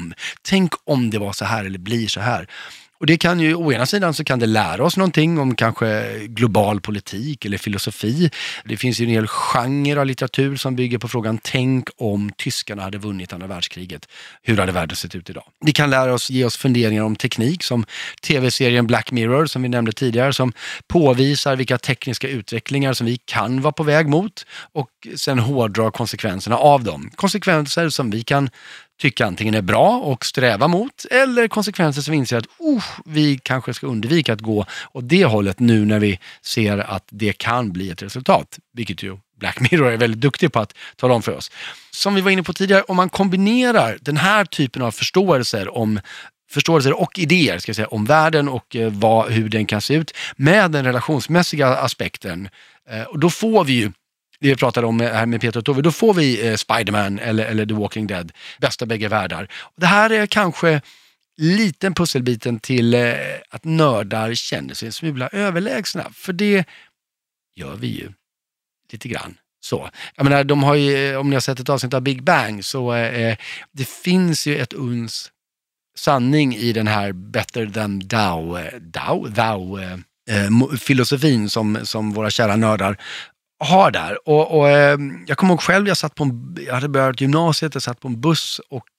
om det var så här eller blir så här. Och det kan ju, å ena sidan så kan det lära oss någonting om kanske global politik eller filosofi. Det finns ju en hel genre av litteratur som bygger på frågan, tänk om tyskarna hade vunnit andra världskriget. Hur hade världen sett ut idag? Det kan lära oss, ge oss funderingar om teknik, som tv-serien Black Mirror som vi nämnde tidigare, som påvisar vilka tekniska utvecklingar som vi kan vara på väg mot och sen hårdrar konsekvenserna av dem. Konsekvenser som vi kan tycka antingen är bra och sträva mot, eller konsekvenser som vi inser att vi kanske ska undvika att gå åt det hållet nu när vi ser att det kan bli ett resultat, vilket ju Black Mirror är väldigt duktig på att tala om för oss. Som vi var inne på tidigare, om man kombinerar den här typen av förståelser om förståelser och idéer ska jag säga, om världen och hur den kan se ut med den relationsmässiga aspekten. Och då får vi ju, det vi pratade om här med Peter och Tove, då får vi Spider-Man eller The Walking Dead, bästa bägge världar. Och det här är kanske liten pusselbiten till att nördar känner sig en smula överlägsna. För det gör vi ju lite grann. Så. Jag menar, de har ju, om ni har sett ett avsnitt av Big Bang, så det finns ju ett uns sanning i den här better than thou filosofin som våra kära nördar har där. Och jag kommer ihåg själv, jag hade börjat gymnasiet, jag satt på en buss och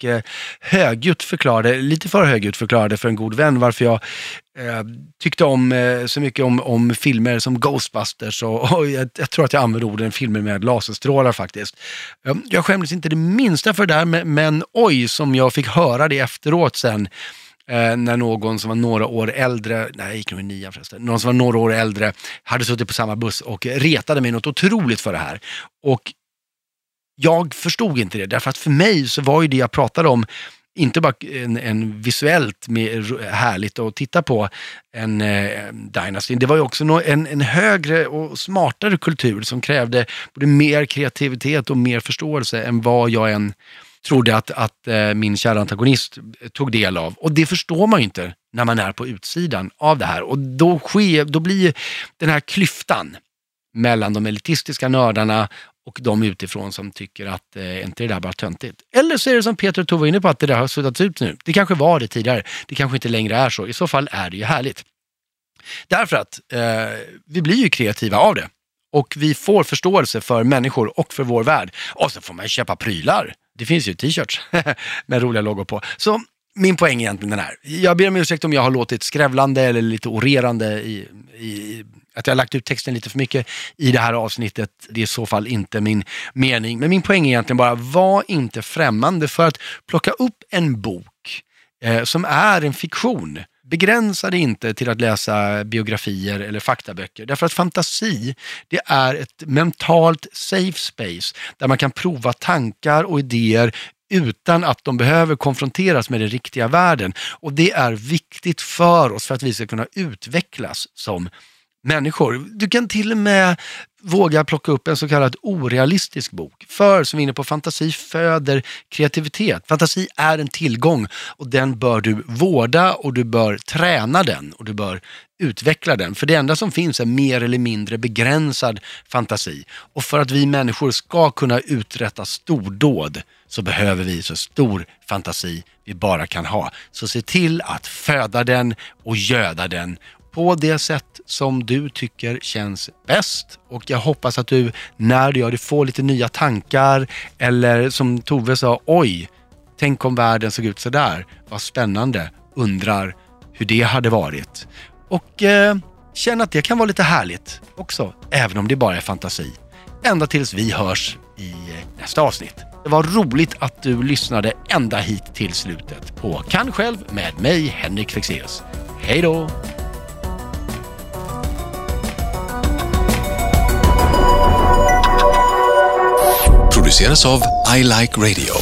lite för högljutt förklarade för en god vän varför jag tyckte om så mycket om filmer som Ghostbusters och jag tror att jag använde orden filmer med laserstrålar faktiskt. Jag skämdes inte det minsta för det där, men oj som jag fick höra det efteråt sen. När någon som var några år äldre, nej, gick nog i 9 förresten, någon som var några år äldre hade suttit på samma buss och retade mig något otroligt för det här. Och jag förstod inte det, därför att för mig så var ju det jag pratade om inte bara en visuellt härligt att titta på en Dynasty. Det var ju också en högre och smartare kultur som krävde både mer kreativitet och mer förståelse än vad jag än trodde att min kära antagonist tog del av. Och det förstår man ju inte när man är på utsidan av det här. Och då blir den här klyftan mellan de elitistiska nördarna och de utifrån som tycker att inte det där bara töntigt. Eller så är det som Peter och Tove var inne på, att det där har suddats ut nu. Det kanske var det tidigare. Det kanske inte längre är så. I så fall är det ju härligt. Därför att vi blir ju kreativa av det. Och vi får förståelse för människor och för vår värld. Och så får man köpa prylar. Det finns ju t-shirts med roliga loggor på. Så min poäng är egentligen den här. Jag ber om ursäkt om jag har låtit skrävlande eller lite orerande i att jag har lagt ut texten lite för mycket i det här avsnittet. Det är i så fall inte min mening. Men min poäng är egentligen bara, var inte främmande för att plocka upp en bok som är en fiktion. Begränsa det inte till att läsa biografier eller faktaböcker. Därför att fantasi, det är ett mentalt safe space där man kan prova tankar och idéer utan att de behöver konfronteras med den riktiga världen. Och det är viktigt för oss för att vi ska kunna utvecklas som människor. Du kan till och med våga plocka upp en så kallad orealistisk bok. För som vi är inne på, fantasi föder kreativitet. Fantasi är en tillgång och den bör du vårda och du bör träna den och du bör utveckla den. För det enda som finns är mer eller mindre begränsad fantasi. Och för att vi människor ska kunna uträtta stordåd så behöver vi så stor fantasi vi bara kan ha. Så se till att föda den och göda den på det sätt som du tycker känns bäst. Och jag hoppas att du, när du gör det, får lite nya tankar. Eller som Tove sa, oj, tänk om världen såg ut så där. Vad spännande. Undrar hur det hade varit. Och känn att det kan vara lite härligt också, även om det bara är fantasi. Ända tills vi hörs i nästa avsnitt. Det var roligt att du lyssnade ända hit till slutet på Kan själv med mig, Henrik Fexeus. Hej då! Produceras av I Like Radio.